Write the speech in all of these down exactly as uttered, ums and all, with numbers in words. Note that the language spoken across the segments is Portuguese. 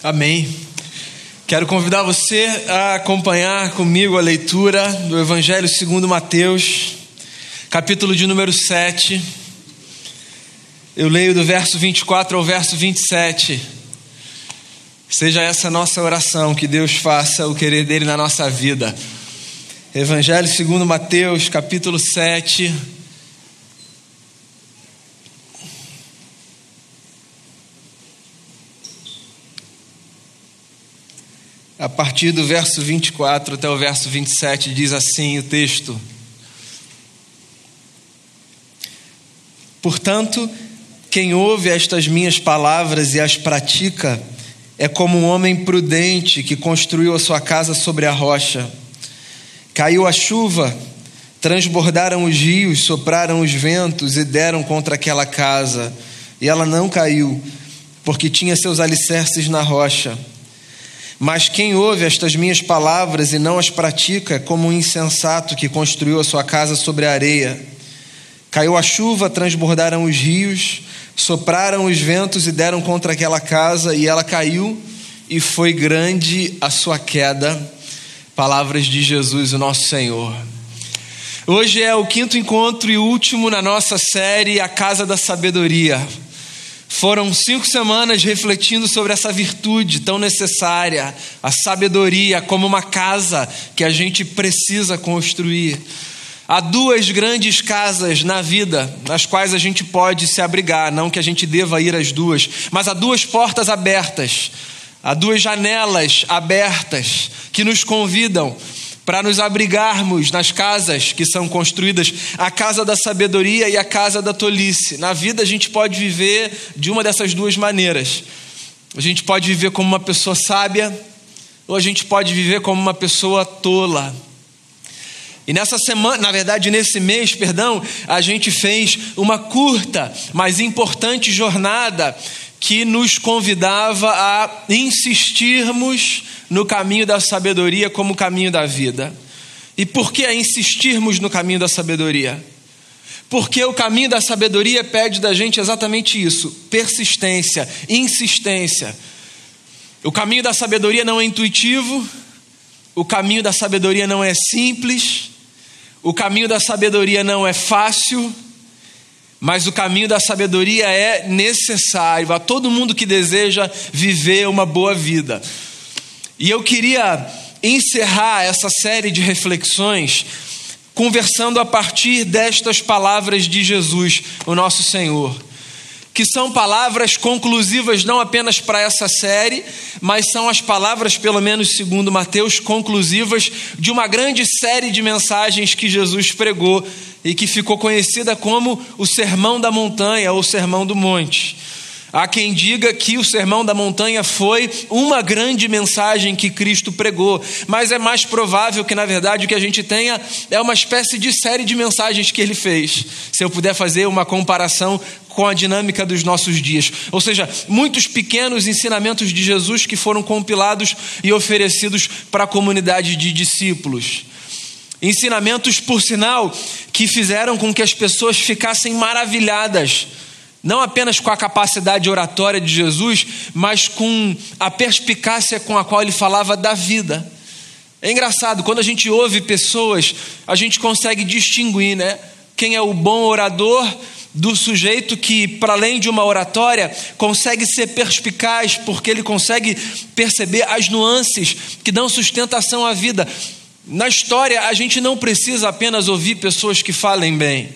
Amém. Quero convidar você a acompanhar comigo a leitura do Evangelho segundo Mateus, capítulo de número sete. Eu leio do verso vinte e quatro ao verso vinte e sete. Seja essa a nossa oração, que Deus faça o querer dele na nossa vida. Evangelho segundo Mateus, capítulo sete. A partir do verso vinte e quatro até o verso vinte e sete, diz assim o texto: Portanto, quem ouve estas minhas palavras e as pratica é como um homem prudente que construiu a sua casa sobre a rocha. Caiu a chuva, transbordaram os rios, sopraram os ventos e deram contra aquela casa, e ela não caiu, porque tinha seus alicerces na rocha. Mas quem ouve estas minhas palavras e não as pratica é como um insensato que construiu a sua casa sobre a areia. Caiu a chuva, transbordaram os rios, sopraram os ventos e deram contra aquela casa, e ela caiu, e foi grande a sua queda. Palavras de Jesus, o nosso Senhor. Hoje é o quinto encontro e último na nossa série A Casa da Sabedoria. Foram cinco semanas refletindo sobre essa virtude tão necessária, a sabedoria, como uma casa que a gente precisa construir. Há duas grandes casas na vida nas quais a gente pode se abrigar, não que a gente deva ir às duas, mas há duas portas abertas, há duas janelas abertas que nos convidam para nos abrigarmos nas casas que são construídas, a casa da sabedoria e a casa da tolice. Na vida a gente pode viver de uma dessas duas maneiras. A gente pode viver como uma pessoa sábia, ou a gente pode viver como uma pessoa tola. E nessa semana, na verdade nesse mês, perdão, a gente fez uma curta, mas importante jornada que nos convidava a insistirmos no caminho da sabedoria como caminho da vida. E por que a insistirmos no caminho da sabedoria? Porque o caminho da sabedoria pede da gente exatamente isso: persistência, insistência. O caminho da sabedoria não é intuitivo, o caminho da sabedoria não é simples, o caminho da sabedoria não é fácil, mas o caminho da sabedoria é necessário a todo mundo que deseja viver uma boa vida. E eu queria encerrar essa série de reflexões conversando a partir destas palavras de Jesus, o nosso Senhor, que são palavras conclusivas não apenas para essa série, mas são as palavras, pelo menos segundo Mateus, conclusivas de uma grande série de mensagens que Jesus pregou e que ficou conhecida como o Sermão da Montanha ou Sermão do Monte. Há quem diga que o Sermão da Montanha foi uma grande mensagem que Cristo pregou, mas é mais provável que, na verdade, o que a gente tenha é uma espécie de série de mensagens que ele fez, se eu puder fazer uma comparação com a dinâmica dos nossos dias. Ou seja, muitos pequenos ensinamentos de Jesus que foram compilados e oferecidos para a comunidade de discípulos. Ensinamentos, por sinal, que fizeram com que as pessoas ficassem maravilhadas, não apenas com a capacidade oratória de Jesus, mas com a perspicácia com a qual ele falava da vida. É engraçado, quando a gente ouve pessoas, a gente consegue distinguir, né? Quem é o bom orador do sujeito que, para além de uma oratória, consegue ser perspicaz, porque ele consegue perceber as nuances que dão sustentação à vida. Na história, a gente não precisa apenas ouvir pessoas que falem bem.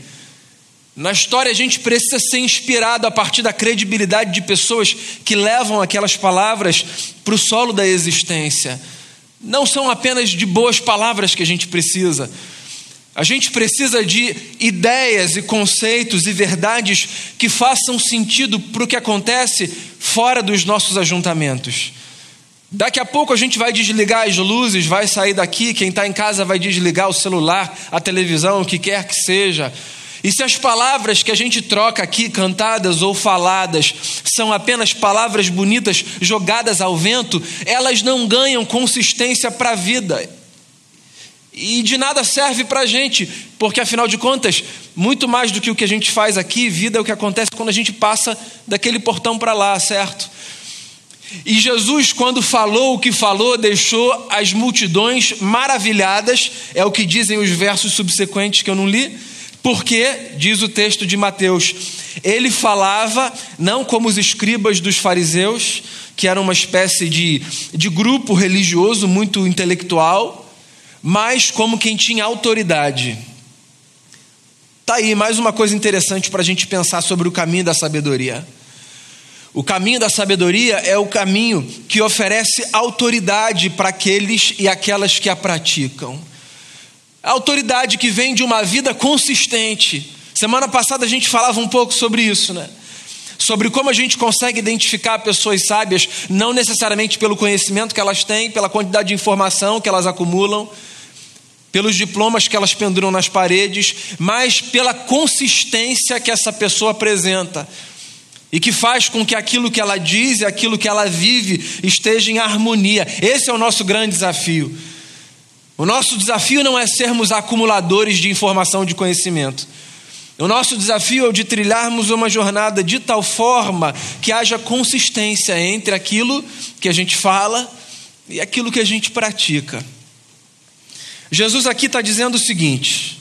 Na história, a gente precisa ser inspirado a partir da credibilidade de pessoas que levam aquelas palavras para o solo da existência. Não são apenas de boas palavras que a gente precisa. A gente precisa de ideias e conceitos e verdades que façam sentido para o que acontece fora dos nossos ajuntamentos. Daqui a pouco a gente vai desligar as luzes, vai sair daqui, quem está em casa vai desligar o celular, a televisão, o que quer que seja. E se as palavras que a gente troca aqui, cantadas ou faladas, são apenas palavras bonitas jogadas ao vento, elas não ganham consistência para a vida. E de nada serve para a gente, porque afinal de contas, muito mais do que o que a gente faz aqui, vida é o que acontece quando a gente passa daquele portão para lá, certo? E Jesus, quando falou o que falou, deixou as multidões maravilhadas, é o que dizem os versos subsequentes que eu não li, porque, diz o texto de Mateus, ele falava não como os escribas dos fariseus, que era uma espécie de, de grupo religioso muito intelectual, mas como quem tinha autoridade. Tá aí mais uma coisa interessante para a gente pensar sobre o caminho da sabedoria. O caminho da sabedoria é o caminho que oferece autoridade para aqueles e aquelas que a praticam. A autoridade que vem de uma vida consistente. Semana passada a gente falava um pouco sobre isso, né? Sobre como a gente consegue identificar pessoas sábias, não necessariamente pelo conhecimento que elas têm, pela quantidade de informação que elas acumulam, pelos diplomas que elas penduram nas paredes, mas pela consistência que essa pessoa apresenta. E que faz com que aquilo que ela diz e aquilo que ela vive esteja em harmonia. Esse é o nosso grande desafio. O nosso desafio não é sermos acumuladores de informação, de conhecimento. O nosso desafio é o de trilharmos uma jornada de tal forma que haja consistência entre aquilo que a gente fala e aquilo que a gente pratica. Jesus aqui está dizendo o seguinte: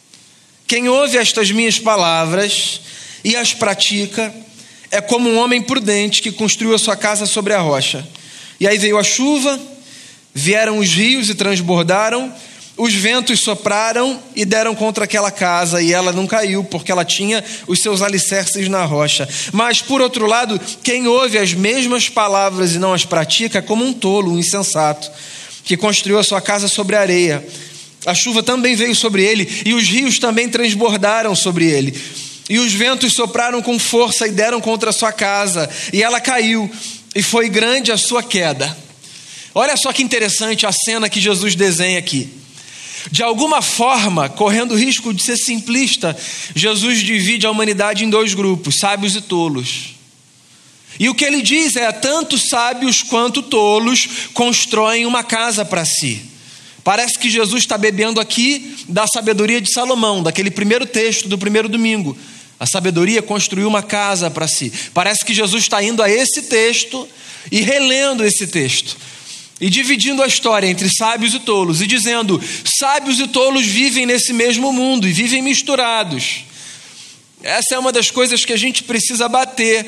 quem ouve estas minhas palavras e as pratica é como um homem prudente que construiu a sua casa sobre a rocha. E aí veio a chuva, vieram os rios e transbordaram, os ventos sopraram e deram contra aquela casa, e ela não caiu, porque ela tinha os seus alicerces na rocha. Mas, por outro lado, quem ouve as mesmas palavras e não as pratica é como um tolo, um insensato, que construiu a sua casa sobre a areia. A chuva também veio sobre ele, e os rios também transbordaram sobre ele. E os ventos sopraram com força e deram contra a sua casa, e ela caiu, e foi grande a sua queda. Olha só que interessante a cena que Jesus desenha aqui. De alguma forma, correndo o risco de ser simplista, Jesus divide a humanidade em dois grupos, sábios e tolos. E o que ele diz é: tanto sábios quanto tolos constroem uma casa para si. Parece que Jesus está bebendo aqui da sabedoria de Salomão, daquele primeiro texto do primeiro domingo. A sabedoria construiu uma casa para si. Parece que Jesus está indo a esse texto e relendo esse texto. E dividindo a história entre sábios e tolos. E dizendo: sábios e tolos vivem nesse mesmo mundo e vivem misturados. Essa é uma das coisas que a gente precisa bater.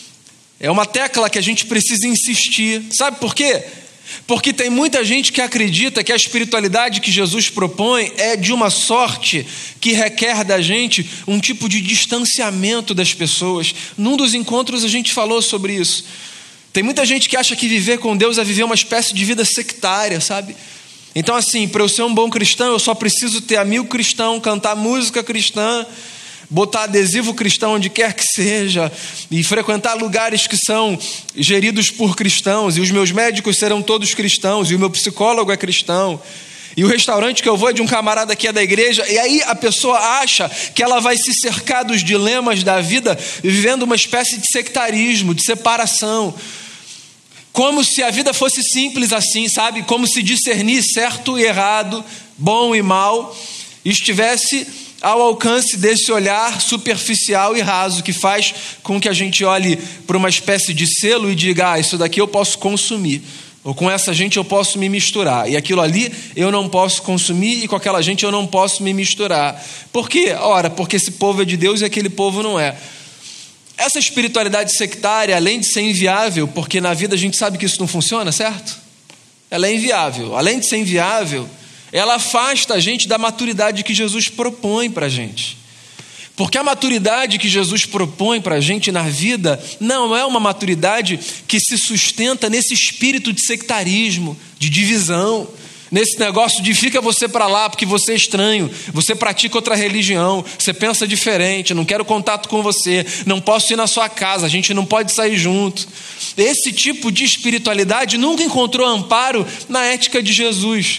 É uma tecla que a gente precisa insistir. Sabe por quê? Porque tem muita gente que acredita que a espiritualidade que Jesus propõe é de uma sorte que requer da gente um tipo de distanciamento das pessoas. Num dos encontros a gente falou sobre isso. Tem muita gente que acha que viver com Deus é viver uma espécie de vida sectária, sabe? Então assim, para eu ser um bom cristão, eu só preciso ter amigo cristão, cantar música cristã, botar adesivo cristão onde quer que seja, e frequentar lugares que são geridos por cristãos, e os meus médicos serão todos cristãos, e o meu psicólogo é cristão, e o restaurante que eu vou é de um camarada que é da igreja. E aí a pessoa acha que ela vai se cercar dos dilemas da vida vivendo uma espécie de sectarismo, de separação, como se a vida fosse simples assim, sabe? Como se discernir certo e errado, bom e mal estivesse ao alcance desse olhar superficial e raso, que faz com que a gente olhe para uma espécie de selo e diga: ah, isso daqui eu posso consumir, ou com essa gente eu posso me misturar, e aquilo ali eu não posso consumir, e com aquela gente eu não posso me misturar. Por quê? Ora, porque esse povo é de Deus e aquele povo não é. Essa espiritualidade sectária, além de ser inviável, porque na vida a gente sabe que isso não funciona, certo? Ela é inviável. Além de ser inviável, ela afasta a gente da maturidade que Jesus propõe para a gente. Porque a maturidade que Jesus propõe para a gente na vida não é uma maturidade que se sustenta nesse espírito de sectarismo, de divisão, nesse negócio de fica você para lá porque você é estranho, você pratica outra religião, você pensa diferente, não quero contato com você, não posso ir na sua casa, a gente não pode sair junto. Esse tipo de espiritualidade nunca encontrou amparo na ética de Jesus.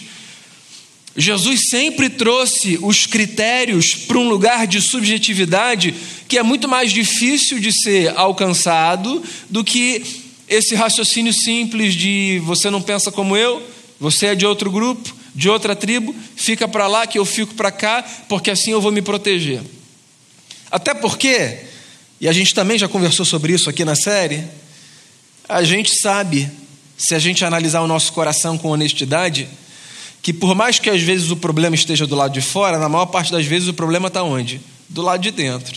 Jesus sempre trouxe os critérios para um lugar de subjetividade que é muito mais difícil de ser alcançado do que esse raciocínio simples de você não pensa como eu, você é de outro grupo, de outra tribo, fica para lá que eu fico para cá, porque assim eu vou me proteger. Até porque, e a gente também já conversou sobre isso aqui na série, A gente sabe, se a gente analisar o nosso coração com honestidade, que por mais que às vezes o problema esteja do lado de fora, na maior parte das vezes o problema está onde? Do lado de dentro.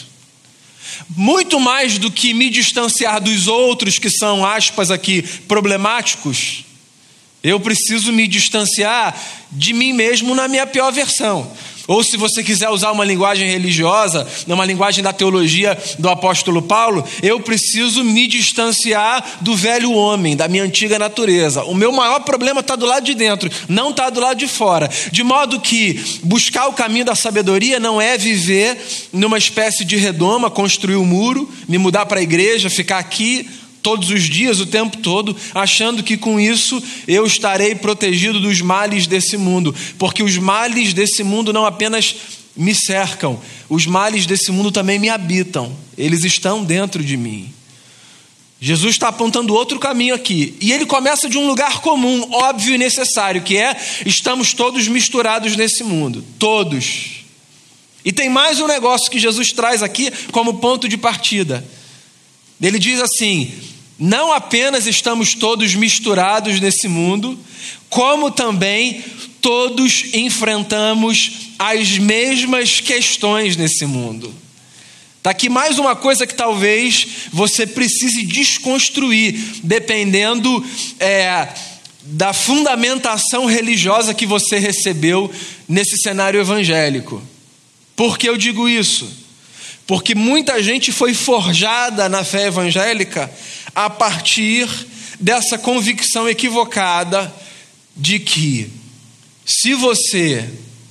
Muito mais do que me distanciar dos outros que são, aspas aqui, problemáticos, eu preciso me distanciar de mim mesmo na minha pior versão. Ou se você quiser usar uma linguagem religiosa, uma linguagem da teologia do apóstolo Paulo, eu preciso me distanciar do velho homem, da minha antiga natureza. O meu maior problema está do lado de dentro, não está do lado de fora. De modo que buscar o caminho da sabedoria não é viver numa espécie de redoma, construir um muro, me mudar para a igreja, ficar aqui todos os dias, o tempo todo, achando que com isso eu estarei protegido dos males desse mundo, porque os males desse mundo não apenas me cercam, os males desse mundo também me habitam, eles estão dentro de mim. Jesus está apontando outro caminho aqui, e ele começa de um lugar comum, óbvio e necessário, que é, estamos todos misturados nesse mundo, todos. E tem mais um negócio que Jesus traz aqui como ponto de partida. Ele diz assim: não apenas estamos todos misturados nesse mundo, como também todos enfrentamos as mesmas questões nesse mundo. Está aqui mais uma coisa que talvez você precise desconstruir, dependendo é, da fundamentação religiosa que você recebeu nesse cenário evangélico. Por que eu digo isso? Porque muita gente foi forjada na fé evangélica a partir dessa convicção equivocada de que, se você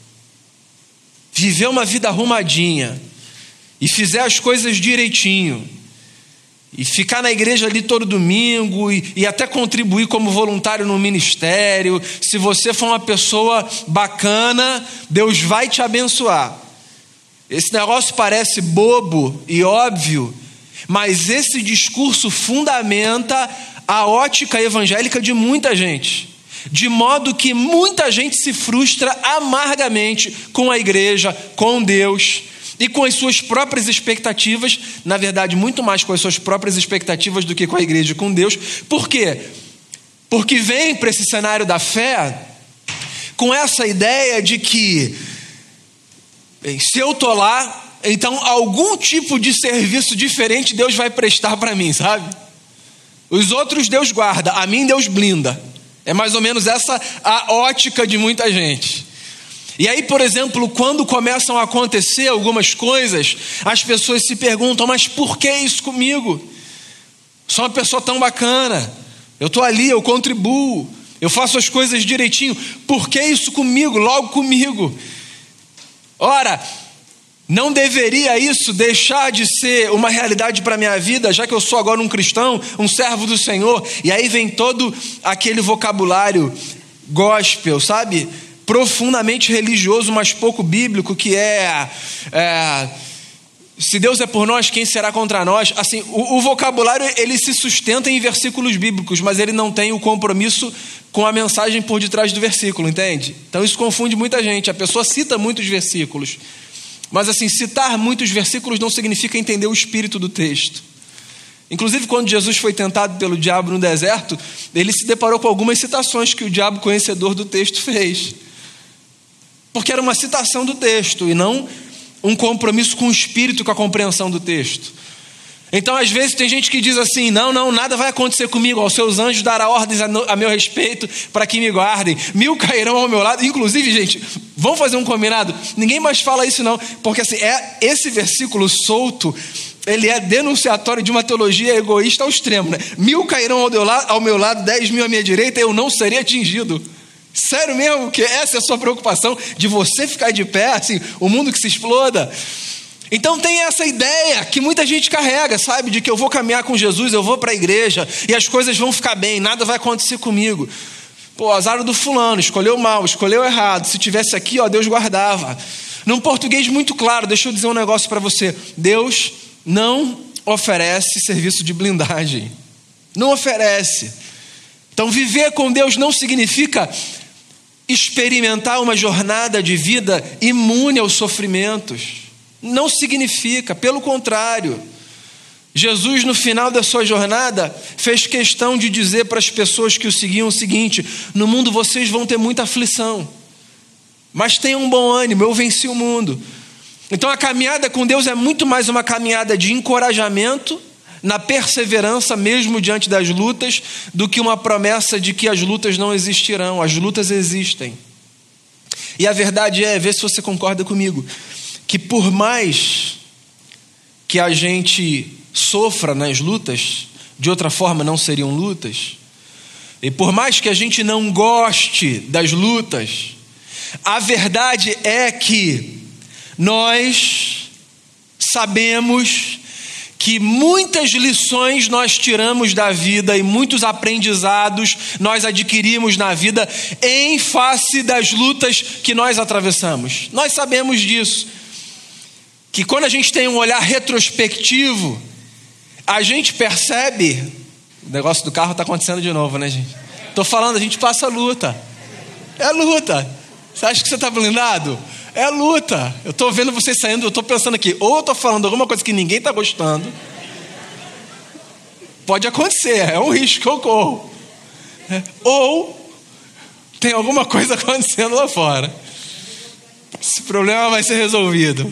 viver uma vida arrumadinha e fizer as coisas direitinho, e ficar na igreja ali todo domingo, e, e até contribuir como voluntário no ministério, se você for uma pessoa bacana, Deus vai te abençoar. Esse negócio parece bobo e óbvio, mas esse discurso fundamenta a ótica evangélica de muita gente, de modo que muita gente se frustra amargamente com a igreja, com Deus e com as suas próprias expectativas, na verdade muito mais com as suas próprias expectativas do que com a igreja e com Deus. Por quê? Porque vem para esse cenário da fé com essa ideia de que, bem, se eu estou lá, então algum tipo de serviço diferente Deus vai prestar para mim, sabe? Os outros Deus guarda, a mim Deus blinda. É mais ou menos essa a ótica de muita gente. E aí, por exemplo, quando começam a acontecer algumas coisas, as pessoas se perguntam: mas por que isso comigo? Sou uma pessoa tão bacana, eu estou ali, eu contribuo, eu faço as coisas direitinho, por que isso comigo, logo comigo? Ora, não deveria isso deixar de ser uma realidade para a minha vida, já que eu sou agora um cristão, um servo do Senhor? E aí vem todo aquele vocabulário gospel, sabe? Profundamente religioso, mas pouco bíblico, que é, é se Deus é por nós, quem será contra nós? Assim, o, o vocabulário ele se sustenta em versículos bíblicos, mas ele não tem o compromisso com a mensagem por detrás do versículo, entende? Então isso confunde muita gente. A pessoa cita muitos versículos, mas assim, citar muitos versículos não significa entender o espírito do texto. Inclusive, quando Jesus foi tentado pelo diabo no deserto, ele se deparou com algumas citações que o diabo conhecedor do texto fez, porque era uma citação do texto e não um compromisso com o espírito, com a compreensão do texto. Então, às vezes, tem gente que diz assim: não, não, nada vai acontecer comigo, aos seus anjos dará ordens a, no, a meu respeito para que me guardem, mil cairão ao meu lado. Inclusive, gente, vamos fazer um combinado? Ninguém mais fala isso não, porque assim, é, esse versículo solto, ele é denunciatório de uma teologia egoísta ao extremo, né? Mil cairão ao meu lado, ao meu lado, dez mil à minha direita, eu não serei atingido. Sério mesmo que essa é a sua preocupação, de você ficar de pé, assim, o mundo que se exploda? Então tem essa ideia que muita gente carrega, sabe? De que eu vou caminhar com Jesus, eu vou para a igreja e as coisas vão ficar bem, nada vai acontecer comigo. Pô, azar do fulano, escolheu mal, escolheu errado. Se tivesse aqui, ó, Deus guardava. Num português muito claro, deixa eu dizer um negócio para você. Deus não oferece serviço de blindagem. Não oferece. Então viver com Deus não significa experimentar uma jornada de vida imune aos sofrimentos. Não significa, pelo contrário. Jesus, no final da sua jornada, fez questão de dizer para as pessoas que o seguiam o seguinte: no mundo vocês vão ter muita aflição, mas tenham um bom ânimo, eu venci o mundo. Então a caminhada com Deus é muito mais uma caminhada de encorajamento, na perseverança mesmo diante das lutas, do que uma promessa de que as lutas não existirão. As lutas existem. E a verdade é, vê se você concorda comigo, que por mais que a gente sofra nas lutas, de outra forma não seriam lutas, e por mais que a gente não goste das lutas, a verdade é que nós sabemos que muitas lições nós tiramos da vida e muitos aprendizados nós adquirimos na vida em face das lutas que nós atravessamos. Nós sabemos disso, que quando a gente tem um olhar retrospectivo, a gente percebe... O negócio do carro está acontecendo de novo, né, gente? Estou falando, a gente passa luta. É luta. Você acha que você está blindado? É luta. Eu estou vendo vocês saindo, eu estou pensando aqui, ou eu estou falando alguma coisa que ninguém está gostando. Pode acontecer, é um risco que eu corro. Ou tem alguma coisa acontecendo lá fora. Esse problema vai ser resolvido.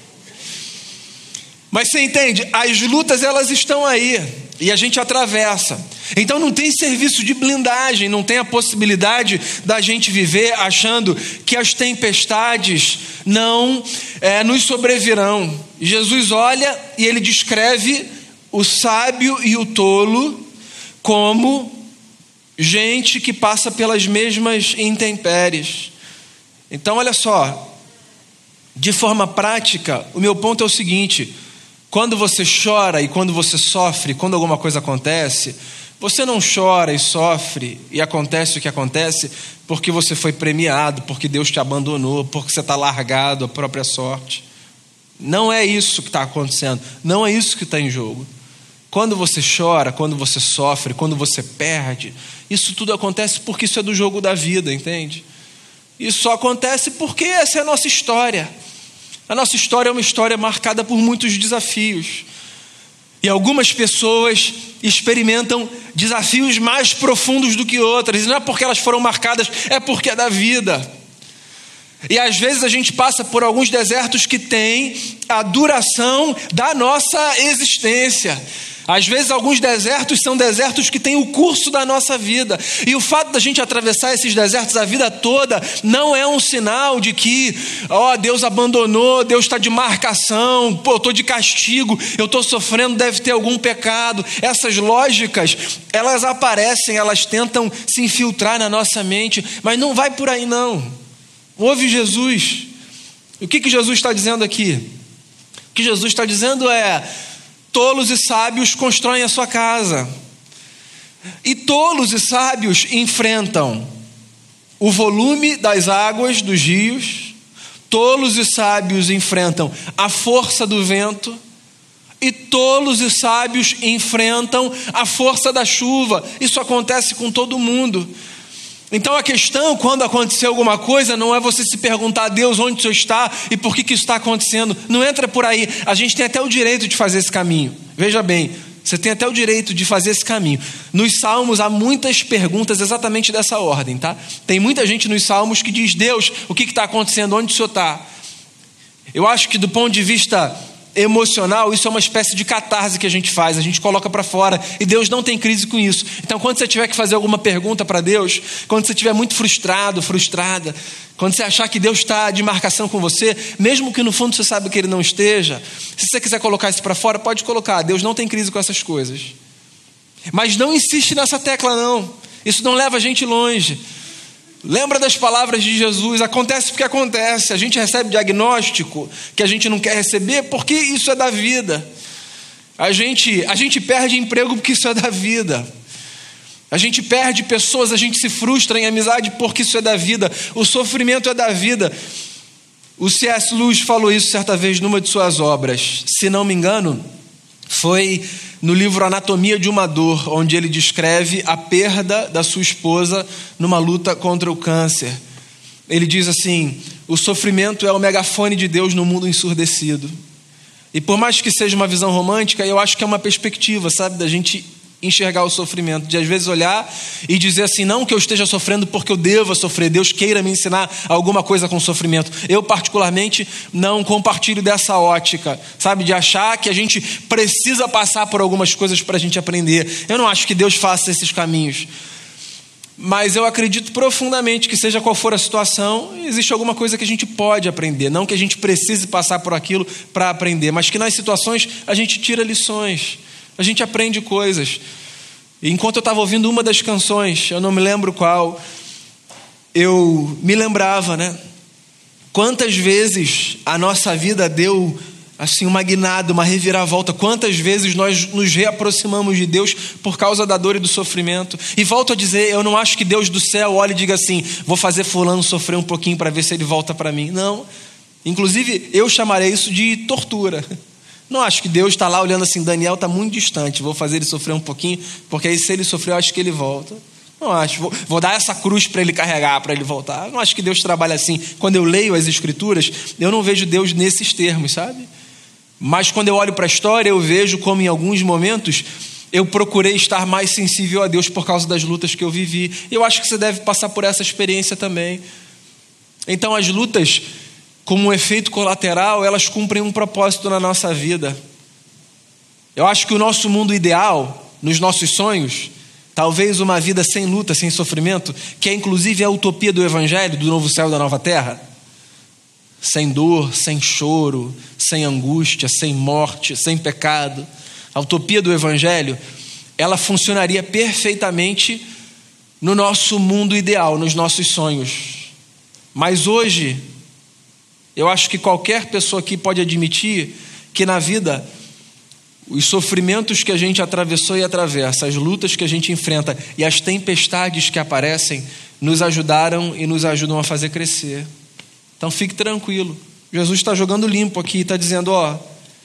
Mas você entende? As lutas, elas estão aí e a gente atravessa. Então não tem serviço de blindagem, não tem a possibilidade da gente viver achando que as tempestades não é, nos sobrevirão. Jesus olha e ele descreve o sábio e o tolo como gente que passa pelas mesmas intempéries. Então olha só, de forma prática, o meu ponto é o seguinte: quando você chora e quando você sofre, quando alguma coisa acontece, você não chora e sofre e acontece o que acontece porque você foi premiado, porque Deus te abandonou, porque você está largado à própria sorte. Não é isso que está acontecendo, não é isso que está em jogo. Quando você chora, quando você sofre, quando você perde, isso tudo acontece porque isso é do jogo da vida, entende? Isso só acontece porque essa é a nossa história. A nossa história é uma história marcada por muitos desafios. E algumas pessoas experimentam desafios mais profundos do que outras. E não é porque elas foram marcadas, é porque é da vida. E às vezes a gente passa por alguns desertos que têm a duração da nossa existência. Às vezes alguns desertos são desertos que têm o curso da nossa vida. E o fato da gente atravessar esses desertos a vida toda não é um sinal de que, ó, Deus abandonou, Deus está de marcação, pô, eu estou de castigo, eu estou sofrendo, deve ter algum pecado. Essas lógicas, elas aparecem, elas tentam se infiltrar na nossa mente, mas não vai por aí não. Ouve Jesus. O que que Jesus está dizendo aqui? O que Jesus está dizendo é: tolos e sábios constroem a sua casa. E tolos e sábios enfrentam o volume das águas dos rios. Tolos e sábios enfrentam a força do vento. E tolos e sábios enfrentam a força da chuva. Isso acontece com todo mundo. Então a questão, quando acontecer alguma coisa, não é você se perguntar a Deus onde o Senhor está e por que que isso está acontecendo. Não entra por aí. A gente tem até o direito de fazer esse caminho. Veja bem, você tem até o direito de fazer esse caminho. Nos Salmos há muitas perguntas exatamente dessa ordem, tá? Tem muita gente nos Salmos que diz: Deus, o que está acontecendo? Onde o Senhor está? Eu acho que do ponto de vista emocional, isso é uma espécie de catarse que a gente faz, a gente coloca para fora, e Deus não tem crise com isso. Então quando você tiver que fazer alguma pergunta para Deus, quando você estiver muito frustrado, frustrada, quando você achar que Deus está de marcação com você, mesmo que no fundo você sabe que Ele não esteja, se você quiser colocar isso para fora, pode colocar. Deus não tem crise com essas coisas, mas não insiste nessa tecla não, isso não leva a gente longe. Lembra das palavras de Jesus: acontece porque acontece. A gente recebe diagnóstico que a gente não quer receber porque isso é da vida. A gente, a gente perde emprego porque isso é da vida. A gente perde pessoas, a gente se frustra em amizade porque isso é da vida. O sofrimento é da vida. O C S Lewis falou isso certa vez numa de suas obras. Se não me engano, foi no livro Anatomia de uma Dor, onde ele descreve a perda da sua esposa numa luta contra o câncer. Ele diz assim: o sofrimento é o megafone de Deus no mundo ensurdecido. E por mais que seja uma visão romântica, eu acho que é uma perspectiva, sabe, da gente enxergar o sofrimento, de às vezes olhar e dizer assim, não que eu esteja sofrendo porque eu deva sofrer, Deus queira me ensinar alguma coisa com sofrimento. Eu particularmente não compartilho dessa ótica, sabe, de achar que a gente precisa passar por algumas coisas para a gente aprender. Eu não acho que Deus faça esses caminhos, mas eu acredito profundamente que seja qual for a situação, existe alguma coisa que a gente pode aprender, não que a gente precise passar por aquilo para aprender, mas que nas situações a gente tira lições, a gente aprende coisas. E enquanto eu estava ouvindo uma das canções, eu não me lembro qual, eu me lembrava, né? Quantas vezes a nossa vida deu assim uma guinada, uma reviravolta. Quantas vezes nós nos reaproximamos de Deus por causa da dor e do sofrimento. E volto a dizer, eu não acho que Deus do céu olhe e diga assim, vou fazer fulano sofrer um pouquinho para ver se ele volta para mim. Não. Inclusive, eu chamarei isso de tortura. Não acho que Deus está lá olhando assim, Daniel está muito distante, vou fazer ele sofrer um pouquinho, porque aí se ele sofrer, eu acho que ele volta. Não acho, vou, vou dar essa cruz para ele carregar, para ele voltar. Não acho que Deus trabalha assim. Quando eu leio as Escrituras, eu não vejo Deus nesses termos, sabe? Mas quando eu olho para a história, eu vejo como em alguns momentos eu procurei estar mais sensível a Deus por causa das lutas que eu vivi. Eu acho que você deve passar por essa experiência também. Então as lutas, como um efeito colateral, elas cumprem um propósito na nossa vida. Eu acho que o nosso mundo ideal, nos nossos sonhos, talvez uma vida sem luta, sem sofrimento, que é inclusive a utopia do Evangelho, do novo céu e da nova terra, sem dor, sem choro, sem angústia, sem morte, sem pecado. A utopia do Evangelho, ela funcionaria perfeitamente no nosso mundo ideal, nos nossos sonhos. Mas hoje, eu acho que qualquer pessoa aqui pode admitir que na vida, os sofrimentos que a gente atravessou e atravessa, as lutas que a gente enfrenta e as tempestades que aparecem, nos ajudaram e nos ajudam a fazer crescer. Então fique tranquilo. Jesus está jogando limpo aqui, está dizendo, ó,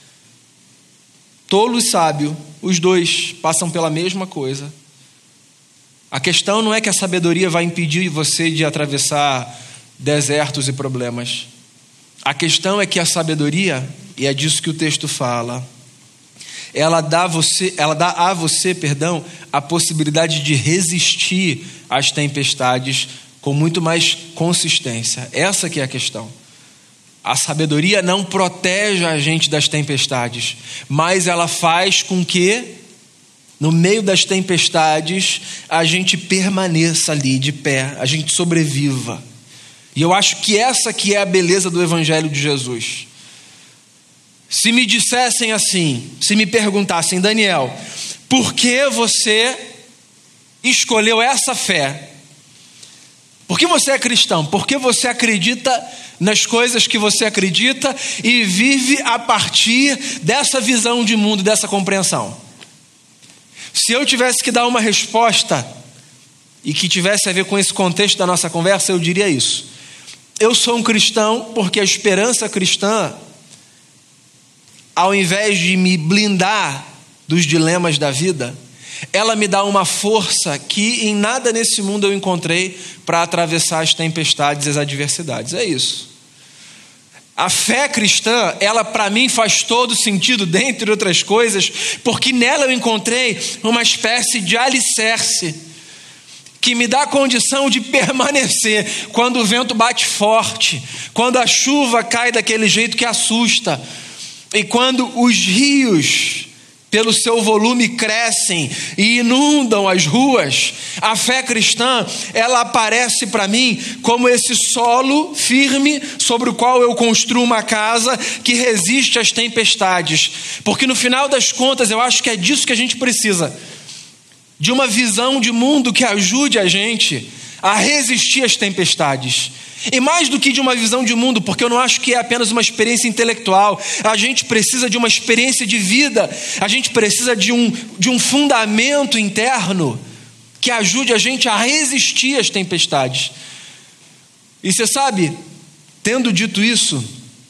tolo e sábio, os dois passam pela mesma coisa. A questão não é que a sabedoria vai impedir você de atravessar desertos e problemas. A questão é que a sabedoria, e é disso que o texto fala, ela dá, você, ela dá a você, perdão, a possibilidade de resistir às tempestades com muito mais consistência. Essa que é a questão. A sabedoria não protege a gente das tempestades, mas ela faz com que, no meio das tempestades, a gente permaneça ali de pé, a gente sobreviva. E eu acho que essa que é a beleza do Evangelho de Jesus. Se me dissessem assim, se me perguntassem, Daniel, por que você escolheu essa fé? Por que você é cristão? Por que você acredita nas coisas que você acredita e vive a partir dessa visão de mundo, dessa compreensão? Se eu tivesse que dar uma resposta e que tivesse a ver com esse contexto da nossa conversa, eu diria isso. Eu sou um cristão porque a esperança cristã, ao invés de me blindar dos dilemas da vida, ela me dá uma força que em nada nesse mundo eu encontrei para atravessar as tempestades e as adversidades. É isso. A fé cristã, ela para mim faz todo sentido, dentre outras coisas, porque nela eu encontrei uma espécie de alicerce que me dá a condição de permanecer quando o vento bate forte, quando a chuva cai daquele jeito que assusta, e quando os rios, pelo seu volume, crescem e inundam as ruas. A fé cristã, ela aparece para mim como esse solo firme sobre o qual eu construo uma casa que resiste às tempestades. Porque no final das contas, eu acho que é disso que a gente precisa. De uma visão de mundo que ajude a gente a resistir às tempestades. E mais do que de uma visão de mundo, porque eu não acho que é apenas uma experiência intelectual, a gente precisa de uma experiência de vida, a gente precisa de um, de um fundamento interno que ajude a gente a resistir às tempestades. E você sabe, tendo dito isso,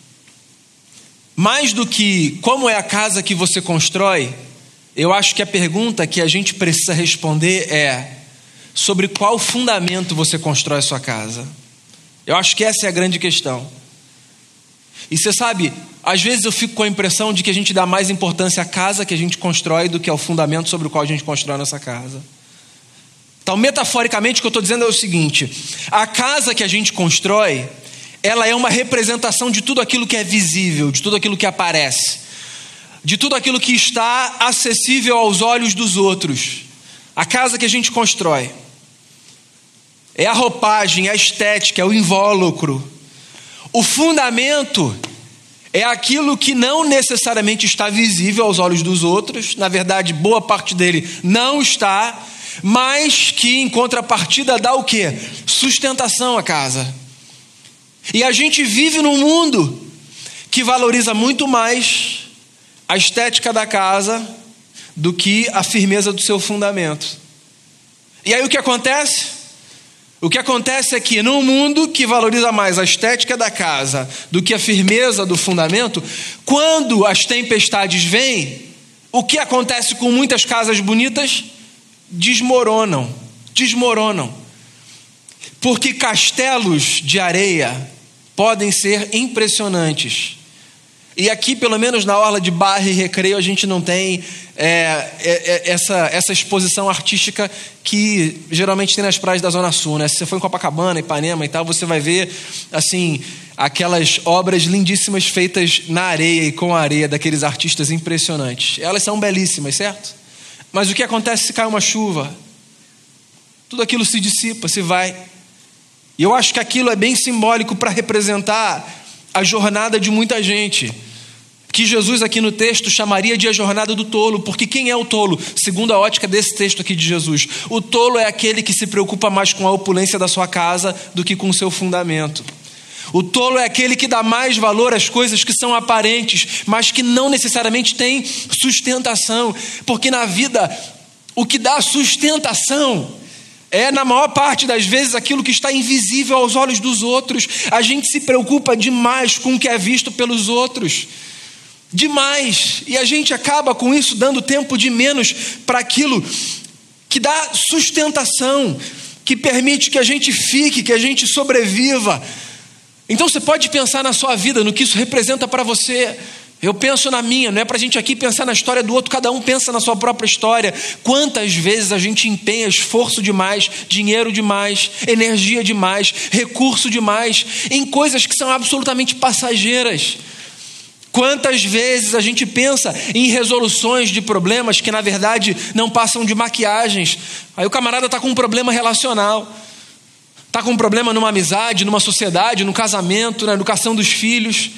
mais do que como é a casa que você constrói, eu acho que a pergunta que a gente precisa responder é: sobre qual fundamento você constrói a sua casa? Eu acho que essa é a grande questão. E você sabe, às vezes eu fico com a impressão de que a gente dá mais importância à casa que a gente constrói do que ao fundamento sobre o qual a gente constrói a nossa casa. Então, metaforicamente, o que eu estou dizendo é o seguinte: a casa que a gente constrói, ela é uma representação de tudo aquilo que é visível, de tudo aquilo que aparece, de tudo aquilo que está acessível aos olhos dos outros. A casa que a gente constrói é a roupagem, é a estética, é o invólucro. O fundamento é aquilo que não necessariamente está visível aos olhos dos outros. Na verdade, boa parte dele não está, mas que em contrapartida dá o quê? Sustentação à casa. E a gente vive num mundo que valoriza muito mais a estética da casa do que a firmeza do seu fundamento. E aí o que acontece? O que acontece é que num mundo que valoriza mais a estética da casa do que a firmeza do fundamento, quando as tempestades vêm, o que acontece com muitas casas bonitas? Desmoronam, desmoronam. Porque castelos de areia podem ser impressionantes. E aqui, pelo menos na orla de Barra e Recreio, a gente não tem é, é, essa, essa exposição artística que geralmente tem nas praias da Zona Sul, né? Se você for em Copacabana, Ipanema e tal, você vai ver assim, aquelas obras lindíssimas feitas na areia e com a areia daqueles artistas impressionantes. Elas são belíssimas, certo? Mas o que acontece se cai uma chuva? Tudo aquilo se dissipa, se vai. E eu acho que aquilo é bem simbólico para representar a jornada de muita gente, que Jesus aqui no texto chamaria de a jornada do tolo. Porque quem é o tolo? Segundo a ótica desse texto aqui de Jesus, o tolo é aquele que se preocupa mais com a opulência da sua casa do que com o seu fundamento. O tolo é aquele que dá mais valor às coisas que são aparentes, mas que não necessariamente têm sustentação. Porque na vida, o que dá sustentação é, na maior parte das vezes, aquilo que está invisível aos olhos dos outros. A gente se preocupa demais com o que é visto pelos outros. Demais. E a gente acaba com isso dando tempo de menos para aquilo que dá sustentação, que permite que a gente fique, que a gente sobreviva. Então você pode pensar na sua vida, no que isso representa para você. Eu penso na minha, não é para a gente aqui pensar na história do outro, cada um pensa na sua própria história. Quantas vezes a gente empenha esforço demais, dinheiro demais, energia demais, recurso demais, em coisas que são absolutamente passageiras. Quantas vezes a gente pensa em resoluções de problemas que na verdade não passam de maquiagens. Aí o camarada está com um problema relacional, está com um problema numa amizade, numa sociedade, no casamento, na educação dos filhos.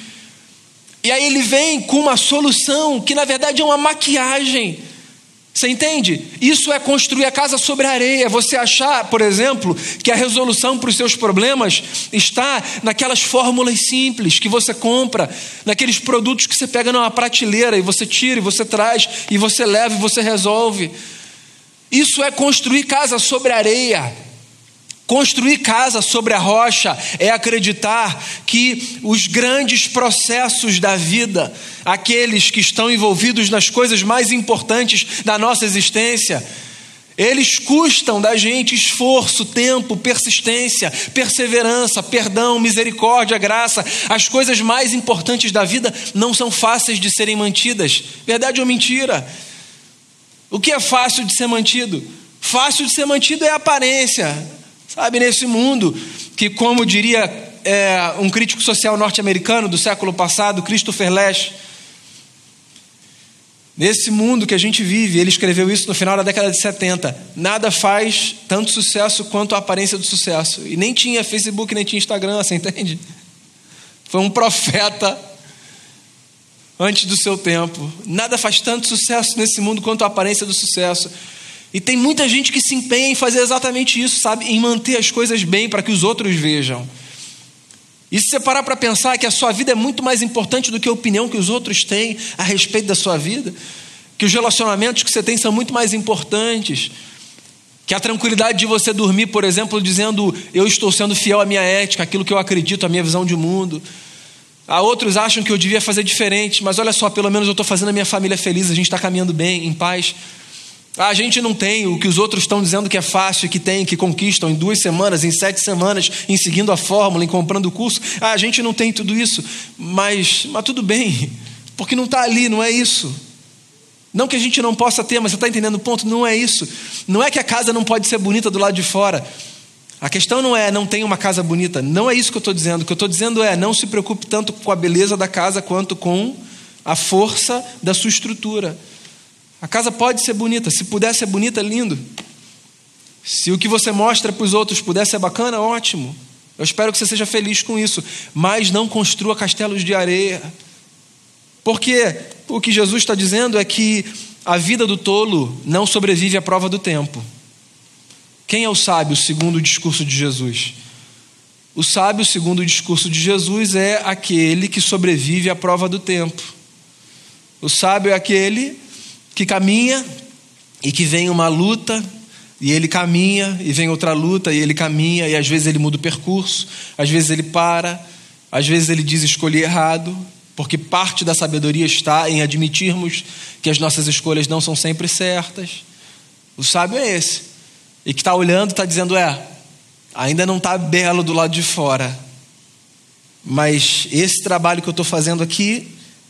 E aí ele vem com uma solução que na verdade é uma maquiagem. Você entende? Isso é construir a casa sobre a areia. Você achar, por exemplo, que a resolução para os seus problemas está naquelas fórmulas simples que você compra, naqueles produtos que você pega numa prateleira e você tira, e você traz, e você leva, e você resolve. Isso é construir casa sobre a areia. Construir casa sobre a rocha é acreditar que os grandes processos da vida, aqueles que estão envolvidos nas coisas mais importantes da nossa existência, eles custam da gente esforço, tempo, persistência, perseverança, perdão, misericórdia, graça. As coisas mais importantes da vida não são fáceis de serem mantidas. Verdade ou mentira? O que é fácil de ser mantido? Fácil de ser mantido é a aparência. Sabe, nesse mundo que, como diria é, um crítico social norte-americano do século passado, Christopher Lasch, nesse mundo que a gente vive, ele escreveu isso no final da década de setenta, nada faz tanto sucesso quanto a aparência do sucesso. E nem tinha Facebook, nem tinha Instagram, você entende? Foi um profeta antes do seu tempo. Nada faz tanto sucesso nesse mundo quanto a aparência do sucesso. E tem muita gente que se empenha em fazer exatamente isso, sabe? Em manter as coisas bem para que os outros vejam. E se você parar para pensar que a sua vida é muito mais importante do que a opinião que os outros têm a respeito da sua vida, que os relacionamentos que você tem são muito mais importantes, que a tranquilidade de você dormir, por exemplo, dizendo eu estou sendo fiel à minha ética, aquilo que eu acredito, à minha visão de mundo. Há outros acham que eu devia fazer diferente, mas olha só, pelo menos eu estou fazendo a minha família feliz, a gente está caminhando bem, em paz. Ah, a gente não tem o que os outros estão dizendo que é fácil, que tem, que conquistam em duas semanas, em sete semanas, em seguindo a fórmula, em comprando o curso. Ah, a gente não tem tudo isso, mas, mas tudo bem, porque não está ali, não é isso. Não que a gente não possa ter, mas você está entendendo o ponto? Não é isso. Não é que a casa não pode ser bonita do lado de fora. A questão não é não tem uma casa bonita, não é isso que eu estou dizendo. O que eu estou dizendo é não se preocupe tanto com a beleza da casa quanto com a força da sua estrutura. A casa pode ser bonita, se puder ser bonita, lindo. Se o que você mostra para os outros puder ser bacana, ótimo. Eu espero que você seja feliz com isso, mas não construa castelos de areia. Porque o que Jesus está dizendo é que a vida do tolo não sobrevive à prova do tempo. Quem é o sábio segundo o discurso de Jesus? O sábio segundo o discurso de Jesus é aquele que sobrevive à prova do tempo. O sábio é aquele que caminha e que vem uma luta e ele caminha e vem outra luta e ele caminha e às vezes ele muda o percurso, às vezes ele para, às vezes ele diz escolhi errado, porque parte da sabedoria está em admitirmos que as nossas escolhas não são sempre certas. O sábio é esse, e que está olhando, está dizendo, é, ainda não está belo do lado de fora, mas esse trabalho que eu estou fazendo aqui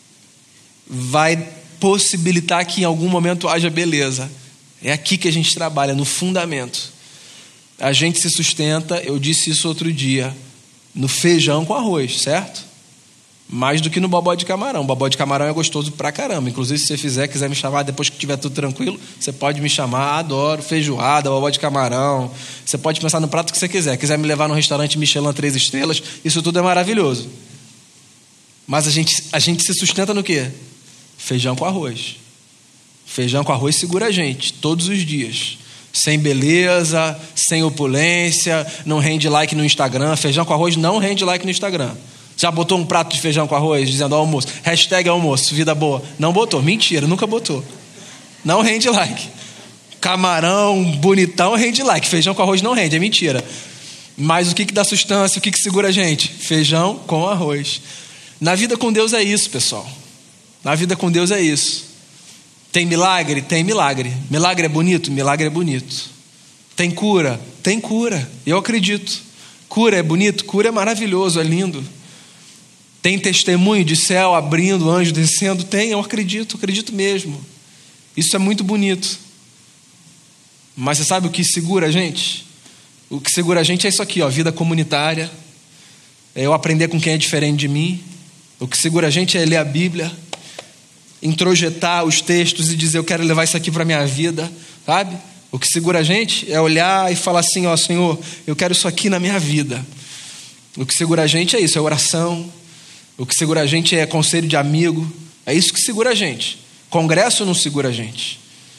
vai possibilitar que em algum momento haja beleza. É aqui que a gente trabalha, no fundamento. A gente se sustenta, eu disse isso outro dia, no feijão com arroz, certo? Mais do que no bobó de camarão. O bobó de camarão é gostoso pra caramba. Inclusive, se você fizer, quiser me chamar depois que tiver tudo tranquilo, você pode me chamar. Adoro feijoada, bobó de camarão. Você pode pensar no prato que você quiser. Quiser me levar num restaurante Michelin três estrelas, isso tudo é maravilhoso. Mas a gente, a gente se sustenta no quê? Feijão com arroz. Feijão com arroz segura a gente todos os dias. Sem beleza, sem opulência, não rende like no Instagram. Feijão com arroz não rende like no Instagram. Já botou um prato de feijão com arroz dizendo almoço? Hashtag almoço, vida boa. Não botou, mentira, nunca botou. Não rende like. Camarão bonitão rende like. Feijão com arroz não rende, é mentira. Mas o que, que dá sustância, o que, que segura a gente? Feijão com arroz. Na vida com Deus é isso, pessoal. Na vida com Deus é isso. Tem milagre? Tem milagre. Milagre é bonito? Milagre é bonito. Tem cura? Tem cura. Eu acredito. Cura é bonito? Cura é maravilhoso, é lindo. Tem testemunho de céu abrindo, anjo descendo? Tem, eu acredito, acredito mesmo. Isso é muito bonito. Mas você sabe o que segura a gente? O que segura a gente é isso aqui, ó, vida comunitária. É eu aprender com quem é diferente de mim. O que segura a gente é ler a Bíblia, introjetar os textos e dizer eu quero levar isso aqui para a minha vida, sabe? O que segura a gente é olhar e falar assim, ó, Senhor, eu quero isso aqui na minha vida. O que segura a gente é isso, é oração. O que segura a gente é conselho de amigo. É isso que segura a gente. Congresso não segura a gente.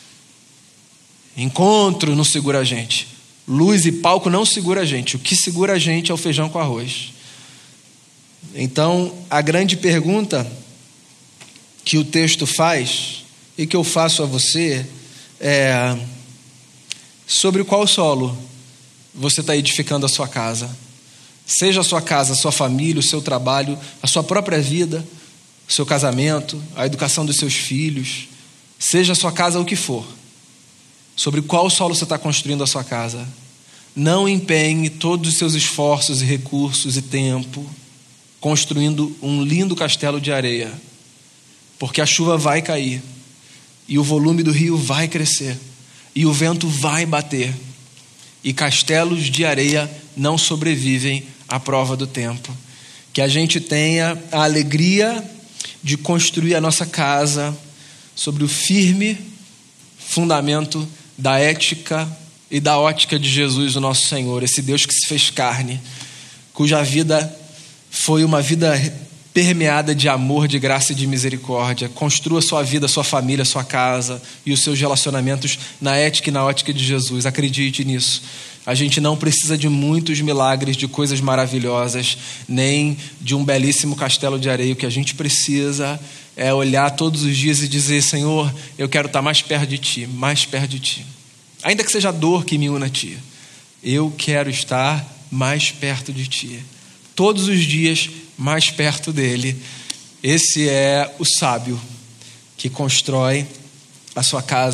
Encontro não segura a gente. Luz e palco não segura a gente. O que segura a gente é o feijão com arroz. Então, a grande pergunta que o texto faz e que eu faço a você é sobre qual solo você está edificando a sua casa. Seja a sua casa, a sua família, o seu trabalho, a sua própria vida, o seu casamento, a educação dos seus filhos. Seja a sua casa o que for. Sobre qual solo você está construindo a sua casa. Não empenhe todos os seus esforços e recursos e tempo construindo um lindo castelo de areia. Porque a chuva vai cair. E o volume do rio vai crescer. E o vento vai bater. E castelos de areia não sobrevivem à prova do tempo. Que a gente tenha a alegria de construir a nossa casa sobre o firme fundamento da ética e da ótica de Jesus, o nosso Senhor, esse Deus que se fez carne, cuja vida foi uma vida permeada de amor, de graça e de misericórdia. Construa sua vida, sua família, sua casa e os seus relacionamentos na ética e na ótica de Jesus. Acredite nisso. A gente não precisa de muitos milagres, de coisas maravilhosas, nem de um belíssimo castelo de areia. O que a gente precisa é olhar todos os dias e dizer, Senhor, eu quero estar mais perto de Ti, mais perto de Ti. Ainda que seja a dor que me una a Ti, eu quero estar mais perto de Ti. Todos os dias mais perto dele. Esse é o sábio que constrói a sua casa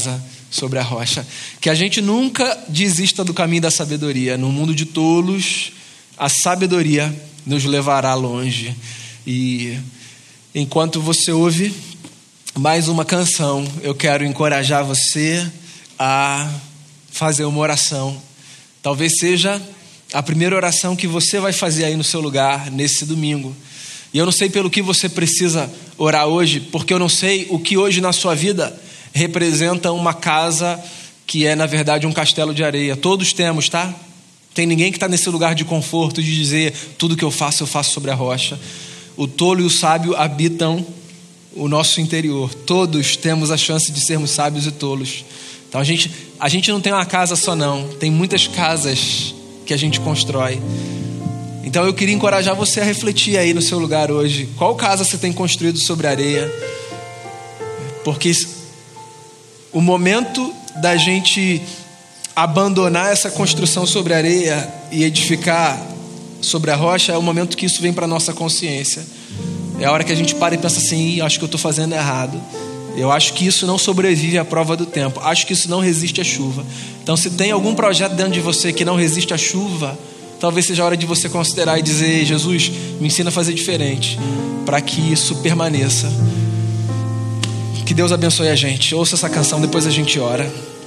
sobre a rocha. Que a gente nunca desista do caminho da sabedoria. No mundo de tolos, a sabedoria nos levará longe. E enquanto você ouve mais uma canção, eu quero encorajar você a fazer uma oração. Talvez seja a primeira oração que você vai fazer aí no seu lugar, nesse domingo. E eu não sei pelo que você precisa orar hoje, porque eu não sei o que hoje na sua vida representa uma casa que é, na verdade, um castelo de areia. Todos temos, tá? Tem ninguém que está nesse lugar de conforto de dizer tudo que eu faço, eu faço sobre a rocha. O tolo e o sábio habitam o nosso interior. Todos temos a chance de sermos sábios e tolos. Então a gente, a gente não tem uma casa só não, tem muitas casas que a gente constrói. Então eu queria encorajar você a refletir aí no seu lugar hoje. Qual casa você tem construído sobre a areia? Porque o momento da gente abandonar essa construção sobre a areia e edificar sobre a rocha é o momento que isso vem para a nossa consciência. É a hora que a gente para e pensa assim, Ih, acho que eu estou fazendo errado. Eu acho que isso não sobrevive à prova do tempo. Acho que isso não resiste à chuva. Então se tem algum projeto dentro de você que não resiste à chuva, talvez seja a hora de você considerar e dizer, Jesus, me ensina a fazer diferente, para que isso permaneça. Que Deus abençoe a gente. Ouça essa canção, depois a gente ora.